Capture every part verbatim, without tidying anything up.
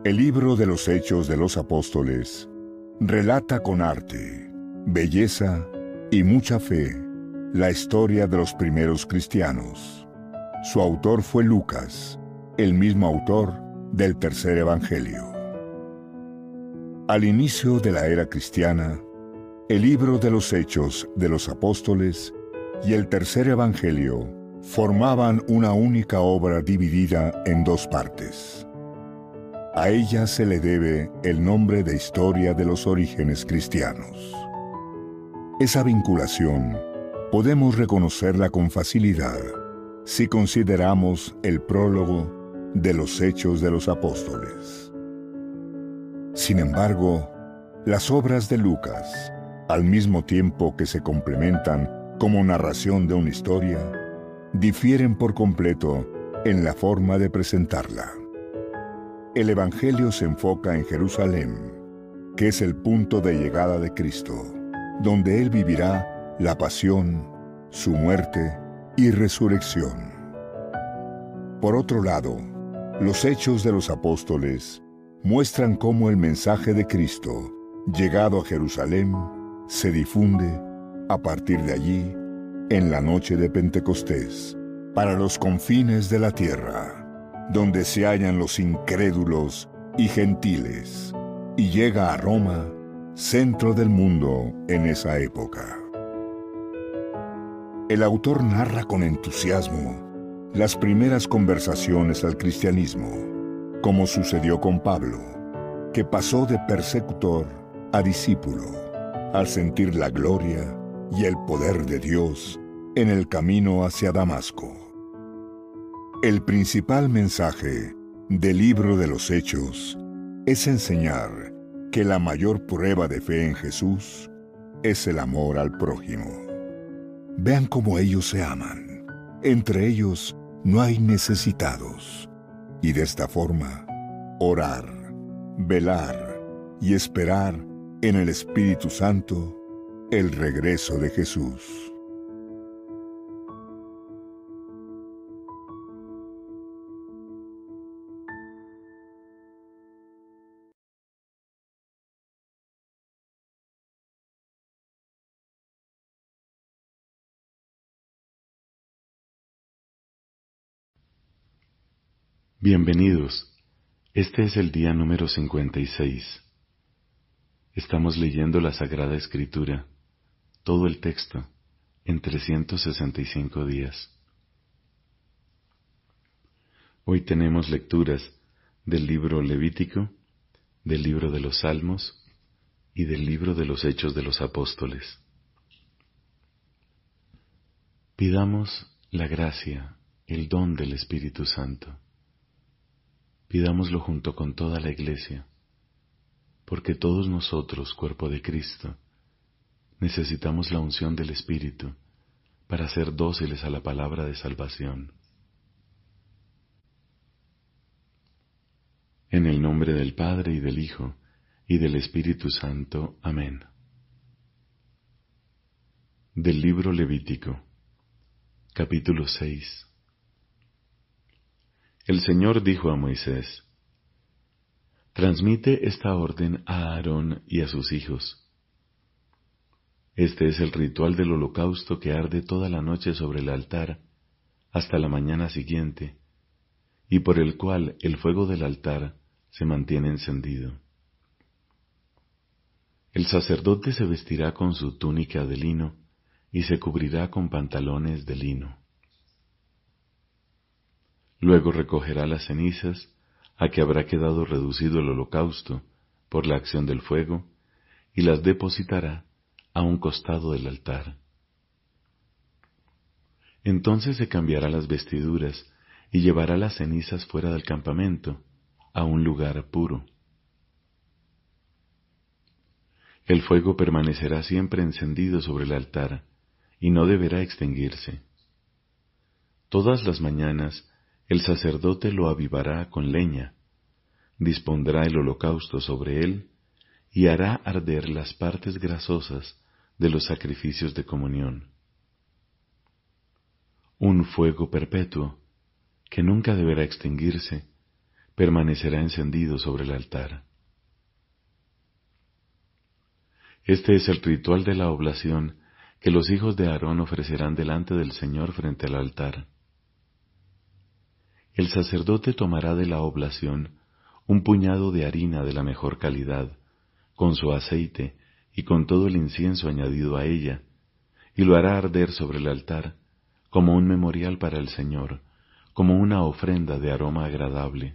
El libro de los Hechos de los Apóstoles relata con arte, belleza y mucha fe la historia de los primeros cristianos. Su autor fue Lucas, el mismo autor del tercer Evangelio. Al inicio de la era cristiana, el libro de los Hechos de los Apóstoles y el tercer Evangelio formaban una única obra dividida en dos partes. A ella se le debe el nombre de Historia de los Orígenes Cristianos. Esa vinculación podemos reconocerla con facilidad si consideramos el prólogo de los Hechos de los Apóstoles. Sin embargo, las obras de Lucas, al mismo tiempo que se complementan como narración de una historia, difieren por completo en la forma de presentarla. El Evangelio se enfoca en Jerusalén, que es el punto de llegada de Cristo, donde Él vivirá la pasión, su muerte y resurrección. Por otro lado, los Hechos de los Apóstoles muestran cómo el mensaje de Cristo, llegado a Jerusalén, se difunde, a partir de allí, en la noche de Pentecostés, para los confines de la tierra, donde se hallan los incrédulos y gentiles, y llega a Roma, centro del mundo en esa época. El autor narra con entusiasmo las primeras conversaciones al cristianismo, como sucedió con Pablo, que pasó de persecutor a discípulo, al sentir la gloria y el poder de Dios en el camino hacia Damasco. El principal mensaje del libro de los Hechos es enseñar que la mayor prueba de fe en Jesús es el amor al prójimo. Vean cómo ellos se aman. Entre ellos no hay necesitados. Y de esta forma, orar, velar y esperar en el Espíritu Santo el regreso de Jesús. Bienvenidos. Este es el día número cincuenta y seis. Estamos leyendo la Sagrada Escritura, todo el texto, en trescientos sesenta y cinco días. Hoy tenemos lecturas del libro Levítico, del libro de los Salmos y del libro de los Hechos de los Apóstoles. Pidamos la gracia, el don del Espíritu Santo. Pidámoslo junto con toda la Iglesia, porque todos nosotros, cuerpo de Cristo, necesitamos la unción del Espíritu para ser dóciles a la palabra de salvación. En el nombre del Padre y del Hijo y del Espíritu Santo. Amén. Del libro Levítico, capítulo seis. El Señor dijo a Moisés: Transmite esta orden a Aarón y a sus hijos. Este es el ritual del holocausto que arde toda la noche sobre el altar hasta la mañana siguiente, y por el cual el fuego del altar se mantiene encendido. El sacerdote se vestirá con su túnica de lino y se cubrirá con pantalones de lino. Luego recogerá las cenizas a que habrá quedado reducido el holocausto por la acción del fuego y las depositará a un costado del altar. Entonces se cambiará las vestiduras y llevará las cenizas fuera del campamento, a un lugar puro. El fuego permanecerá siempre encendido sobre el altar y no deberá extinguirse. Todas las mañanas el sacerdote lo avivará con leña, dispondrá el holocausto sobre él y hará arder las partes grasosas de los sacrificios de comunión. Un fuego perpetuo, que nunca deberá extinguirse, permanecerá encendido sobre el altar. Este es el ritual de la oblación que los hijos de Aarón ofrecerán delante del Señor frente al altar. El sacerdote tomará de la oblación un puñado de harina de la mejor calidad, con su aceite y con todo el incienso añadido a ella, y lo hará arder sobre el altar, como un memorial para el Señor, como una ofrenda de aroma agradable.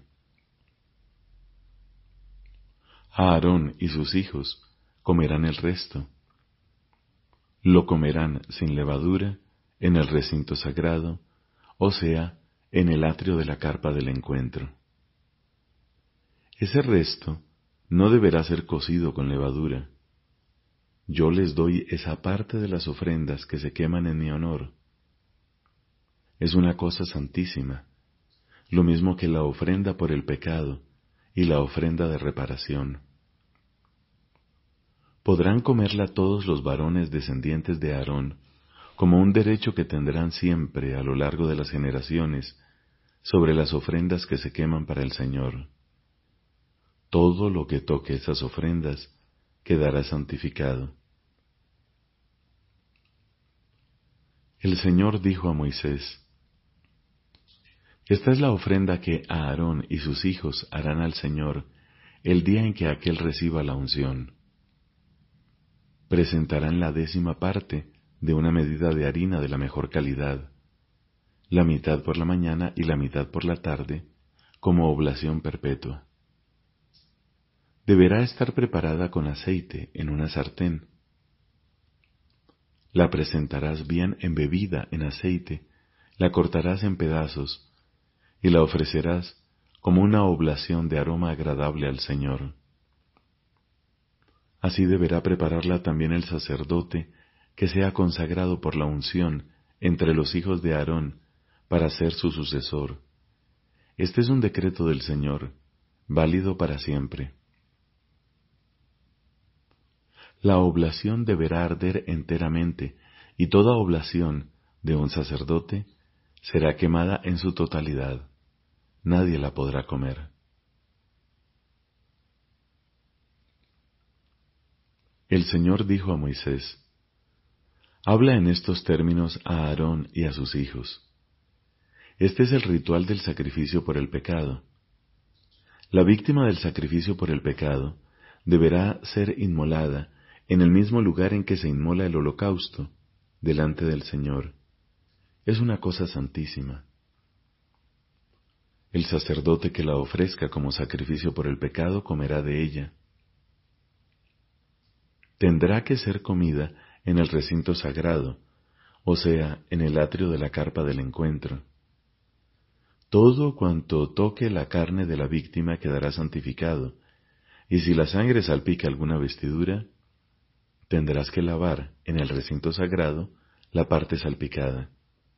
Aarón y sus hijos comerán el resto. Lo comerán sin levadura en el recinto sagrado, o sea, en el atrio de la carpa del encuentro. Ese resto no deberá ser cocido con levadura. Yo les doy esa parte de las ofrendas que se queman en mi honor. Es una cosa santísima, lo mismo que la ofrenda por el pecado y la ofrenda de reparación. Podrán comerla todos los varones descendientes de Aarón, como un derecho que tendrán siempre a lo largo de las generaciones sobre las ofrendas que se queman para el Señor. Todo lo que toque esas ofrendas quedará santificado. El Señor dijo a Moisés: Esta es la ofrenda que Aarón y sus hijos harán al Señor el día en que aquél reciba la unción. Presentarán la décima parte de una medida de harina de la mejor calidad, la mitad por la mañana y la mitad por la tarde, como oblación perpetua. Deberá estar preparada con aceite en una sartén. La presentarás bien embebida en aceite, la cortarás en pedazos y la ofrecerás como una oblación de aroma agradable al Señor. Así deberá prepararla también el sacerdote que sea consagrado por la unción entre los hijos de Aarón para ser su sucesor. Este es un decreto del Señor, válido para siempre. La oblación deberá arder enteramente, y toda oblación de un sacerdote será quemada en su totalidad. Nadie la podrá comer. El Señor dijo a Moisés: Habla en estos términos a Aarón y a sus hijos. Este es el ritual del sacrificio por el pecado. La víctima del sacrificio por el pecado deberá ser inmolada en el mismo lugar en que se inmola el holocausto, delante del Señor. Es una cosa santísima. El sacerdote que la ofrezca como sacrificio por el pecado comerá de ella. Tendrá que ser comida en el recinto sagrado, o sea, en el atrio de la carpa del encuentro. Todo cuanto toque la carne de la víctima quedará santificado, y si la sangre salpica alguna vestidura, tendrás que lavar en el recinto sagrado la parte salpicada.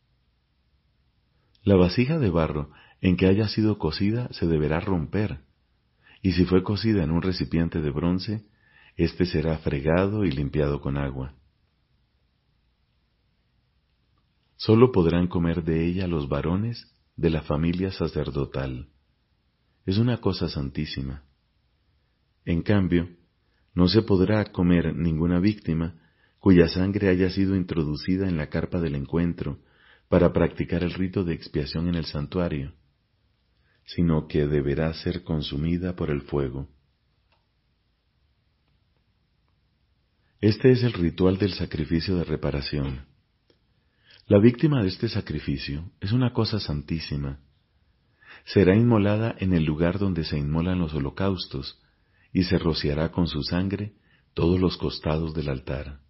La vasija de barro en que haya sido cocida se deberá romper, y si fue cocida en un recipiente de bronce, éste será fregado y limpiado con agua. Solo podrán comer de ella los varones de la familia sacerdotal. Es una cosa santísima. En cambio, no se podrá comer ninguna víctima cuya sangre haya sido introducida en la carpa del encuentro para practicar el rito de expiación en el santuario, sino que deberá ser consumida por el fuego. Este es el ritual del sacrificio de reparación. La víctima de este sacrificio es una cosa santísima. Será inmolada en el lugar donde se inmolan los holocaustos, y se rociará con su sangre todos los costados del altar.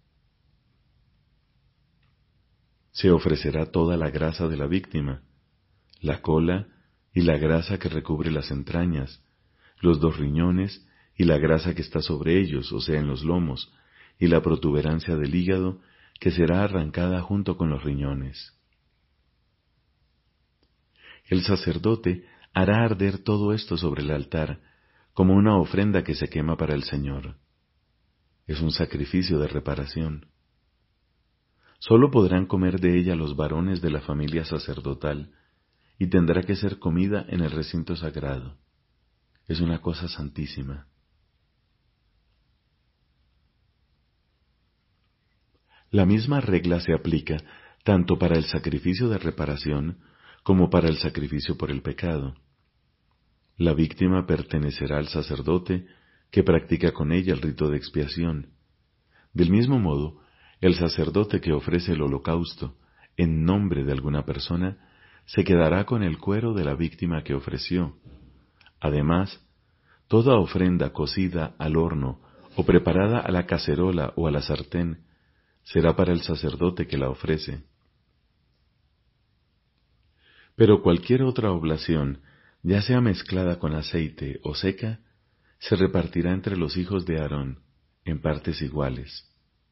Se ofrecerá toda la grasa de la víctima, la cola y la grasa que recubre las entrañas, los dos riñones y la grasa que está sobre ellos, o sea, en los lomos, y la protuberancia del hígado que será arrancada junto con los riñones. El sacerdote hará arder todo esto sobre el altar, como una ofrenda que se quema para el Señor. Es un sacrificio de reparación. Solo podrán comer de ella los varones de la familia sacerdotal, y tendrá que ser comida en el recinto sagrado. Es una cosa santísima. La misma regla se aplica tanto para el sacrificio de reparación como para el sacrificio por el pecado. La víctima pertenecerá al sacerdote que practica con ella el rito de expiación. Del mismo modo, el sacerdote que ofrece el holocausto en nombre de alguna persona se quedará con el cuero de la víctima que ofreció. Además, toda ofrenda cocida al horno o preparada a la cacerola o a la sartén será para el sacerdote que la ofrece. Pero cualquier otra oblación, ya sea mezclada con aceite o seca, se repartirá entre los hijos de Aarón en partes iguales.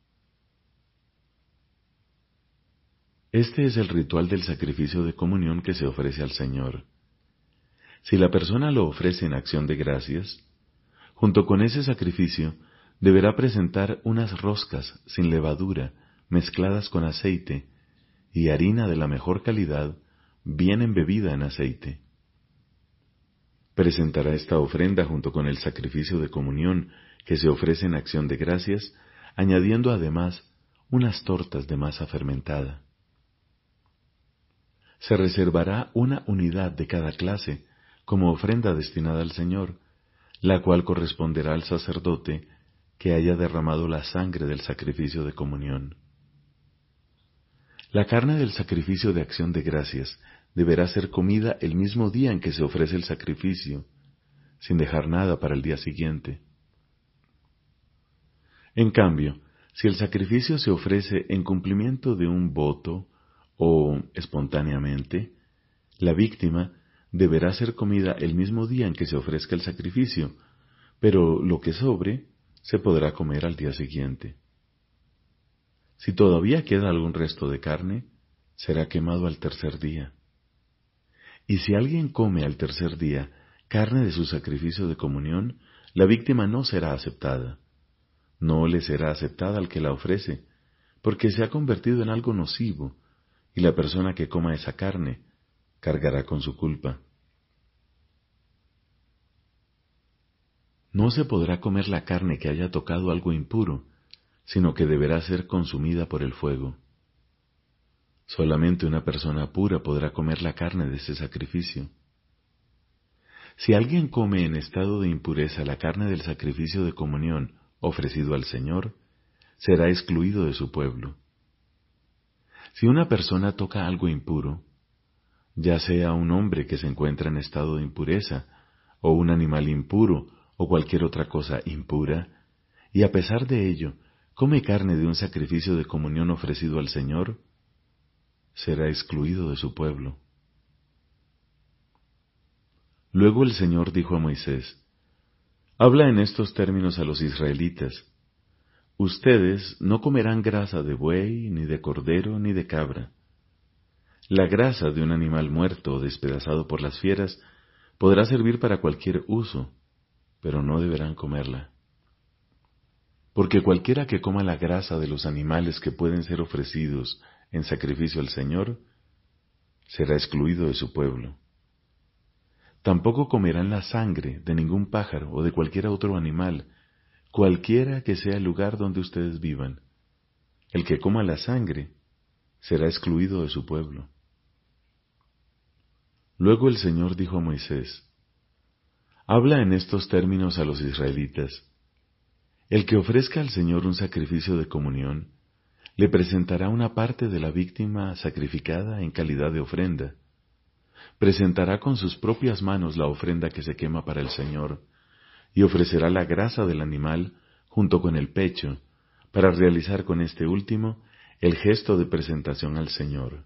Este es el ritual del sacrificio de comunión que se ofrece al Señor. Si la persona lo ofrece en acción de gracias, junto con ese sacrificio deberá presentar unas roscas sin levadura, mezcladas con aceite, y harina de la mejor calidad, bien embebida en aceite. Presentará esta ofrenda junto con el sacrificio de comunión que se ofrece en acción de gracias, añadiendo además unas tortas de masa fermentada. Se reservará una unidad de cada clase como ofrenda destinada al Señor, la cual corresponderá al sacerdote que haya derramado la sangre del sacrificio de comunión. La carne del sacrificio de acción de gracias deberá ser comida el mismo día en que se ofrece el sacrificio, sin dejar nada para el día siguiente. En cambio, si el sacrificio se ofrece en cumplimiento de un voto o espontáneamente, la víctima deberá ser comida el mismo día en que se ofrezca el sacrificio, pero lo que sobre se podrá comer al día siguiente. Si todavía queda algún resto de carne, será quemado al tercer día. Y si alguien come al tercer día carne de su sacrificio de comunión, la víctima no será aceptada. No le será aceptada al que la ofrece, porque se ha convertido en algo nocivo, y la persona que coma esa carne cargará con su culpa. No se podrá comer la carne que haya tocado algo impuro, sino que deberá ser consumida por el fuego. Solamente una persona pura podrá comer la carne de ese sacrificio. Si alguien come en estado de impureza la carne del sacrificio de comunión ofrecido al Señor, será excluido de su pueblo. Si una persona toca algo impuro, ya sea un hombre que se encuentra en estado de impureza, o un animal impuro, o cualquier otra cosa impura, y a pesar de ello come carne de un sacrificio de comunión ofrecido al Señor, será excluido de su pueblo. Luego el Señor dijo a Moisés: Habla en estos términos a los israelitas: Ustedes no comerán grasa de buey, ni de cordero, ni de cabra. La grasa de un animal muerto o despedazado por las fieras podrá servir para cualquier uso, pero no deberán comerla. Porque cualquiera que coma la grasa de los animales que pueden ser ofrecidos en sacrificio al Señor, será excluido de su pueblo. Tampoco comerán la sangre de ningún pájaro o de cualquier otro animal, cualquiera que sea el lugar donde ustedes vivan. El que coma la sangre será excluido de su pueblo. Luego el Señor dijo a Moisés: Habla en estos términos a los israelitas: El que ofrezca al Señor un sacrificio de comunión, le presentará una parte de la víctima sacrificada en calidad de ofrenda. Presentará con sus propias manos la ofrenda que se quema para el Señor, y ofrecerá la grasa del animal junto con el pecho, para realizar con este último el gesto de presentación al Señor.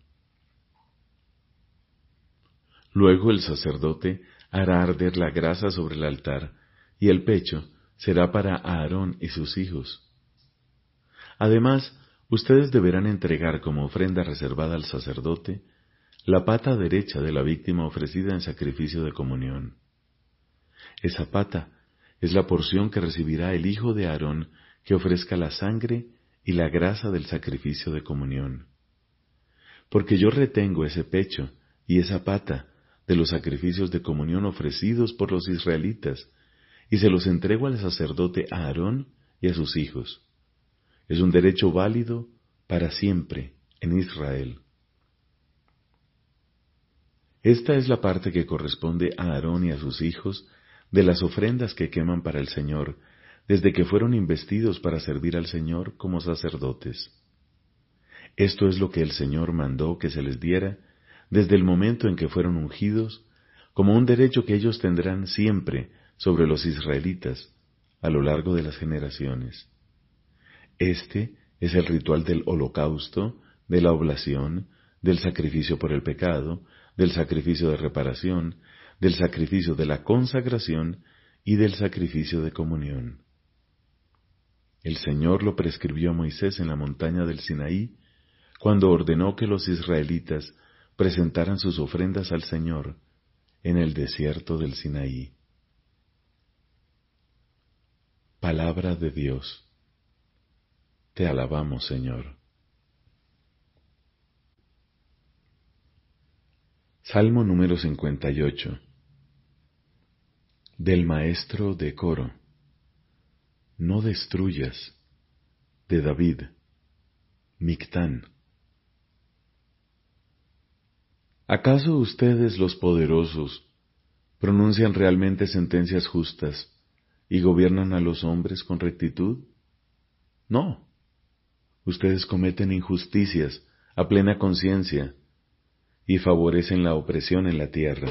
Luego el sacerdote hará arder la grasa sobre el altar, y el pecho será para Aarón y sus hijos. Además, ustedes deberán entregar como ofrenda reservada al sacerdote la pata derecha de la víctima ofrecida en sacrificio de comunión. Esa pata es la porción que recibirá el hijo de Aarón que ofrezca la sangre y la grasa del sacrificio de comunión. Porque yo retengo ese pecho y esa pata de los sacrificios de comunión ofrecidos por los israelitas, y se los entrego al sacerdote Aarón y a sus hijos. Es un derecho válido para siempre en Israel. Esta es la parte que corresponde a Aarón y a sus hijos de las ofrendas que queman para el Señor, desde que fueron investidos para servir al Señor como sacerdotes. Esto es lo que el Señor mandó que se les diera desde el momento en que fueron ungidos, como un derecho que ellos tendrán siempre sobre los israelitas a lo largo de las generaciones. Este es el ritual del holocausto, de la oblación, del sacrificio por el pecado, del sacrificio de reparación, del sacrificio de la consagración y del sacrificio de comunión. El Señor lo prescribió a Moisés en la montaña del Sinaí, cuando ordenó que los israelitas presentaran sus ofrendas al Señor en el desierto del Sinaí. Palabra de Dios. Te alabamos, Señor. Salmo número cincuenta y ocho. Del maestro de coro. No destruyas. De David. Mictán. ¿Acaso ustedes, los poderosos, pronuncian realmente sentencias justas y gobiernan a los hombres con rectitud? No. Ustedes cometen injusticias a plena conciencia y favorecen la opresión en la tierra.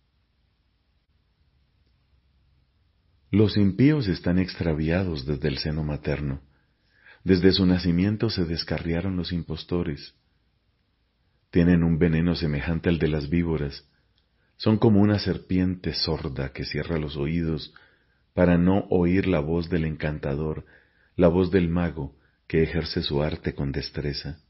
Los impíos están extraviados desde el seno materno. Desde su nacimiento se descarriaron los impostores. Tienen un veneno semejante al de las víboras. Son como una serpiente sorda que cierra los oídos para no oír la voz del encantador, la voz del mago que ejerce su arte con destreza.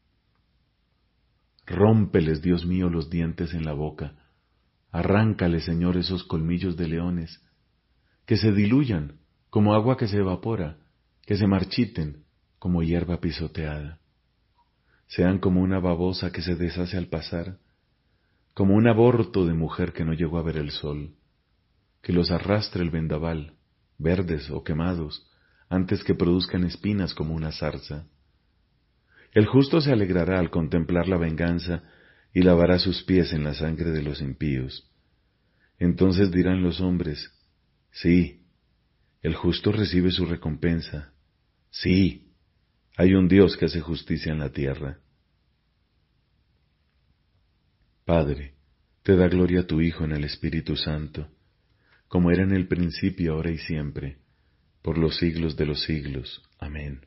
Rómpeles, Dios mío, los dientes en la boca. Arráncales, Señor, esos colmillos de leones. Que se diluyan como agua que se evapora, que se marchiten como hierba pisoteada. Sean como una babosa que se deshace al pasar, como un aborto de mujer que no llegó a ver el sol, que los arrastre el vendaval, verdes o quemados, antes que produzcan espinas como una zarza. El justo se alegrará al contemplar la venganza y lavará sus pies en la sangre de los impíos. Entonces dirán los hombres, sí, el justo recibe su recompensa. Sí, hay un Dios que hace justicia en la tierra. Padre, te da gloria a tu Hijo en el Espíritu Santo, como era en el principio, ahora y siempre, por los siglos de los siglos. Amén.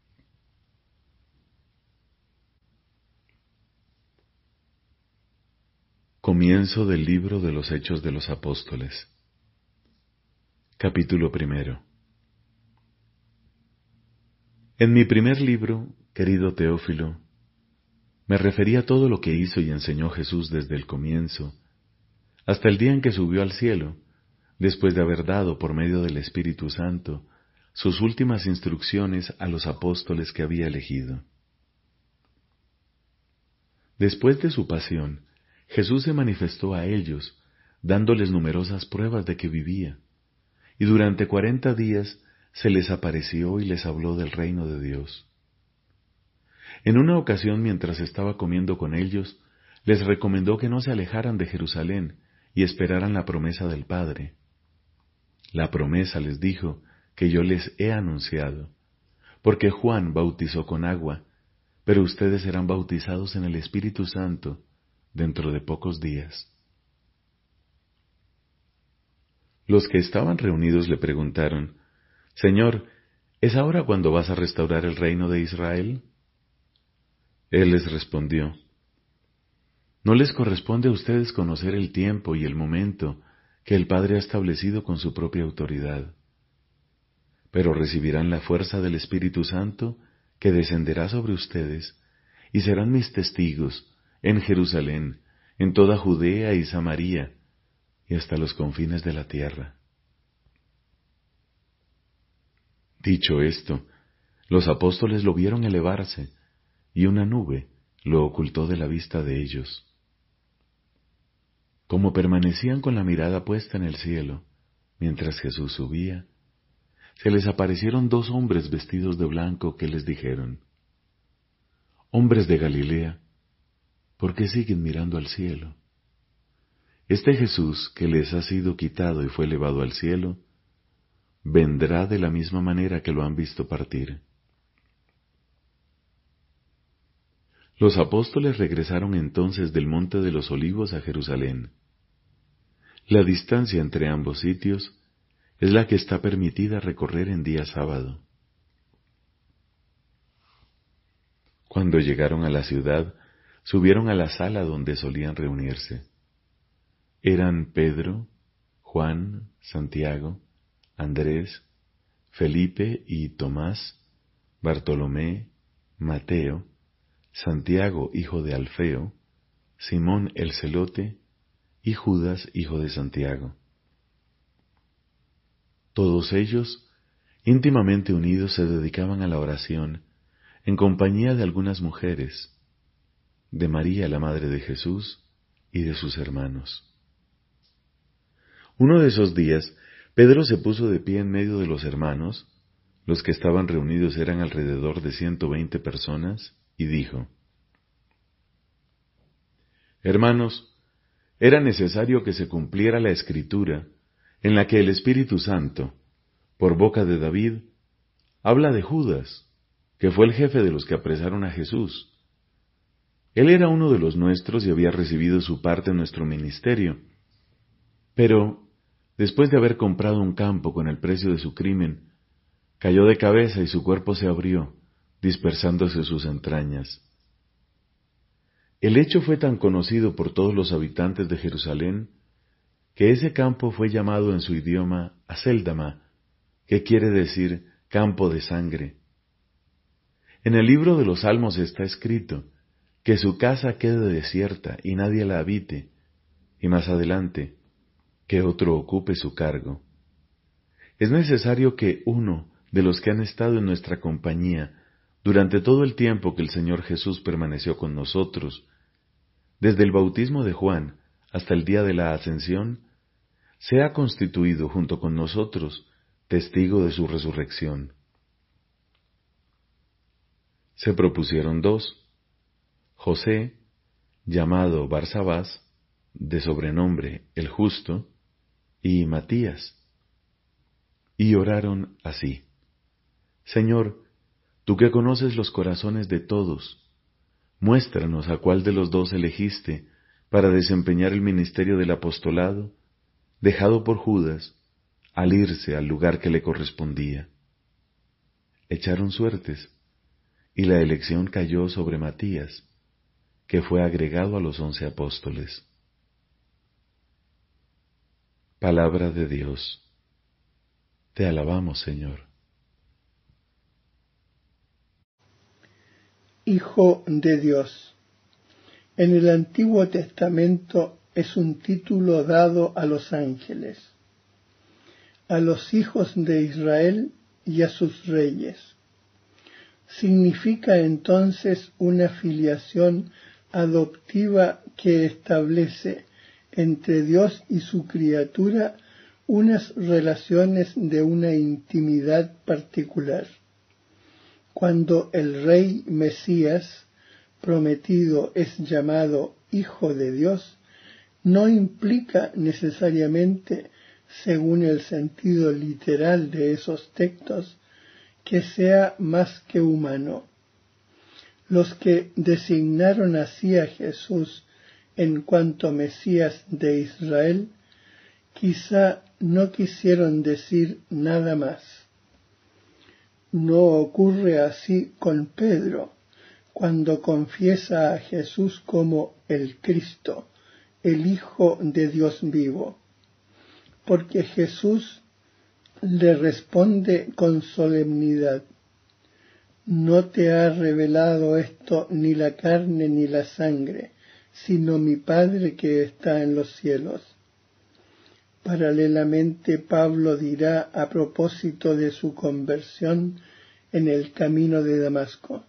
Comienzo del libro de los Hechos de los Apóstoles. Capítulo primero. En mi primer libro, querido Teófilo, me referí a todo lo que hizo y enseñó Jesús desde el comienzo, hasta el día en que subió al cielo, después de haber dado por medio del Espíritu Santo sus últimas instrucciones a los apóstoles que había elegido. Después de su pasión, Jesús se manifestó a ellos, dándoles numerosas pruebas de que vivía, y durante cuarenta días se les apareció y les habló del reino de Dios. En una ocasión, mientras estaba comiendo con ellos, les recomendó que no se alejaran de Jerusalén y esperaran la promesa del Padre. La promesa, les dijo, que yo les he anunciado, porque Juan bautizó con agua, pero ustedes serán bautizados en el Espíritu Santo dentro de pocos días. Los que estaban reunidos le preguntaron, Señor, ¿es ahora cuando vas a restaurar el reino de Israel? Él les respondió, no les corresponde a ustedes conocer el tiempo y el momento que el Padre ha establecido con su propia autoridad, pero recibirán la fuerza del Espíritu Santo que descenderá sobre ustedes y serán mis testigos en Jerusalén, en toda Judea y Samaria y hasta los confines de la tierra. Dicho esto, los apóstoles lo vieron elevarse, y una nube lo ocultó de la vista de ellos. Como permanecían con la mirada puesta en el cielo, mientras Jesús subía, se les aparecieron dos hombres vestidos de blanco que les dijeron: «Hombres de Galilea, ¿por qué siguen mirando al cielo? Este Jesús que les ha sido quitado y fue elevado al cielo, vendrá de la misma manera que lo han visto partir». Los apóstoles regresaron entonces del Monte de los Olivos a Jerusalén. La distancia entre ambos sitios es la que está permitida recorrer en día sábado. Cuando llegaron a la ciudad, subieron a la sala donde solían reunirse. Eran Pedro, Juan, Santiago, Andrés, Felipe y Tomás, Bartolomé, Mateo, Santiago hijo de Alfeo, Simón el celote y Judas hijo de Santiago. Todos ellos, íntimamente unidos, se dedicaban a la oración en compañía de algunas mujeres, de María la madre de Jesús y de sus hermanos. Uno de esos días, Pedro se puso de pie en medio de los hermanos, los que estaban reunidos eran alrededor de ciento veinte personas, y dijo: «Hermanos, era necesario que se cumpliera la Escritura en la que el Espíritu Santo, por boca de David, habla de Judas, que fue el jefe de los que apresaron a Jesús. Él era uno de los nuestros y había recibido su parte en nuestro ministerio. Pero, después de haber comprado un campo con el precio de su crimen, cayó de cabeza y su cuerpo se abrió, dispersándose sus entrañas. El hecho fue tan conocido por todos los habitantes de Jerusalén, que ese campo fue llamado en su idioma Acéldama, que quiere decir campo de sangre. En el libro de los Salmos está escrito que su casa quede desierta y nadie la habite, y más adelante, que otro ocupe su cargo. Es necesario que uno de los que han estado en nuestra compañía durante todo el tiempo que el Señor Jesús permaneció con nosotros, desde el bautismo de Juan hasta el día de la ascensión, sea constituido junto con nosotros testigo de su resurrección». Se propusieron dos: José, llamado Barsabás, de sobrenombre el Justo, y Matías. Y oraron así: «Señor, tú que conoces los corazones de todos, muéstranos a cuál de los dos elegiste para desempeñar el ministerio del apostolado, dejado por Judas, al irse al lugar que le correspondía». Echaron suertes, y la elección cayó sobre Matías, que fue agregado a los once apóstoles. Palabra de Dios. Te alabamos, Señor. Hijo de Dios. En el Antiguo Testamento es un título dado a los ángeles, a los hijos de Israel y a sus reyes. Significa entonces una filiación adoptiva que establece entre Dios y su criatura unas relaciones de una intimidad particular. Cuando el Rey Mesías prometido es llamado Hijo de Dios, no implica necesariamente, según el sentido literal de esos textos, que sea más que humano. Los que designaron así a Jesús en cuanto Mesías de Israel, quizá no quisieron decir nada más. No ocurre así con Pedro, cuando confiesa a Jesús como el Cristo, el Hijo de Dios vivo, porque Jesús le responde con solemnidad: «No te ha revelado esto ni la carne ni la sangre, sino mi Padre que está en los cielos». Paralelamente, Pablo dirá a propósito de su conversión en el camino de Damasco: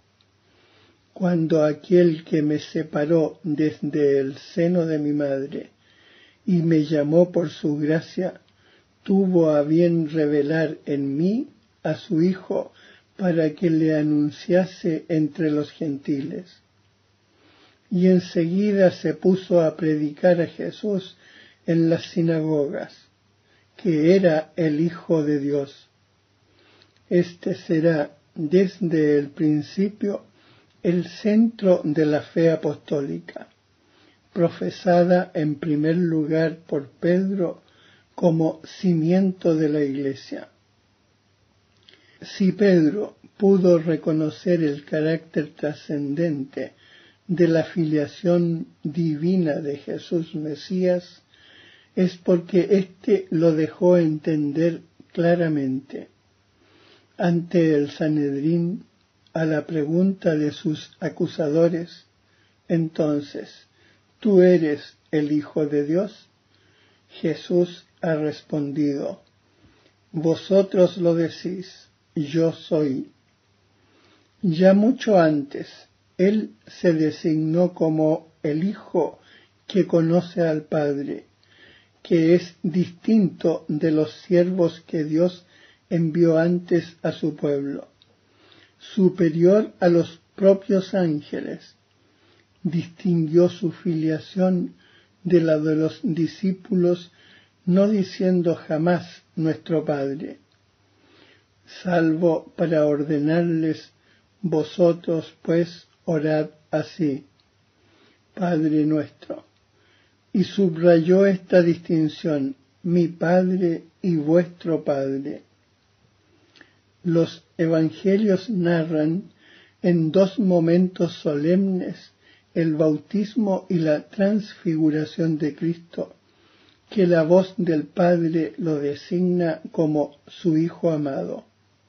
«Cuando aquel que me separó desde el seno de mi madre y me llamó por su gracia, tuvo a bien revelar en mí a su Hijo para que le anunciase entre los gentiles. Y enseguida se puso a predicar a Jesús en las sinagogas, que era el Hijo de Dios. Este será desde el principio el centro de la fe apostólica, profesada en primer lugar por Pedro como cimiento de la Iglesia. Si Pedro pudo reconocer el carácter trascendente de la filiación divina de Jesús Mesías, es porque éste lo dejó entender claramente. Ante el Sanedrín, a la pregunta de sus acusadores, entonces, ¿tú eres el Hijo de Dios? Jesús ha respondido, vosotros lo decís, yo soy. Ya mucho antes, él se designó como el Hijo que conoce al Padre, que es distinto de los siervos que Dios envió antes a su pueblo, superior a los propios ángeles. Distinguió su filiación de la de los discípulos, no diciendo jamás nuestro Padre, salvo para ordenarles, vosotros pues orad así, Padre nuestro. Y subrayó esta distinción, mi Padre y vuestro Padre. Los evangelios narran en dos momentos solemnes el bautismo y la transfiguración de Cristo, que la voz del Padre lo designa como su Hijo amado.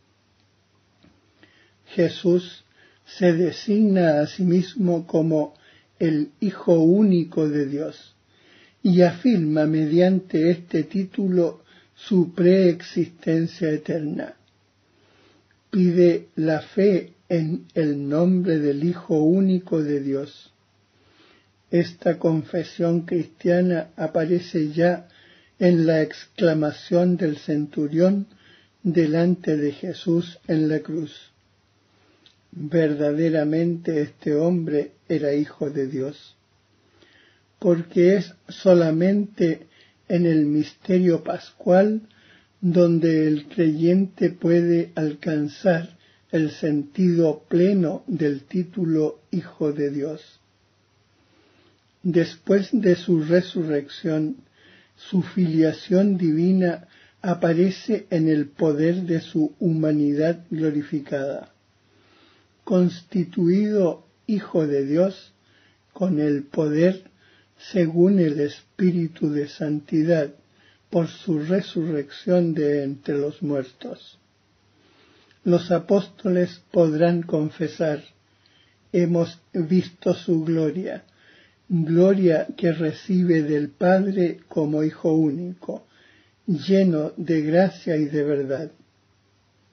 Jesús se designa a sí mismo como el Hijo único de Dios y afirma mediante este título su preexistencia eterna. Pide la fe en el nombre del Hijo único de Dios. Esta confesión cristiana aparece ya en la exclamación del centurión delante de Jesús en la cruz. Verdaderamente este hombre era Hijo de Dios, porque es solamente en el misterio pascual donde el creyente puede alcanzar el sentido pleno del título Hijo de Dios. Después de su resurrección, su filiación divina aparece en el poder de su humanidad glorificada. Constituido Hijo de Dios, con el poder según el Espíritu de Santidad, por su resurrección de entre los muertos. Los apóstoles podrán confesar, hemos visto su gloria, gloria que recibe del Padre como Hijo único, lleno de gracia y de verdad.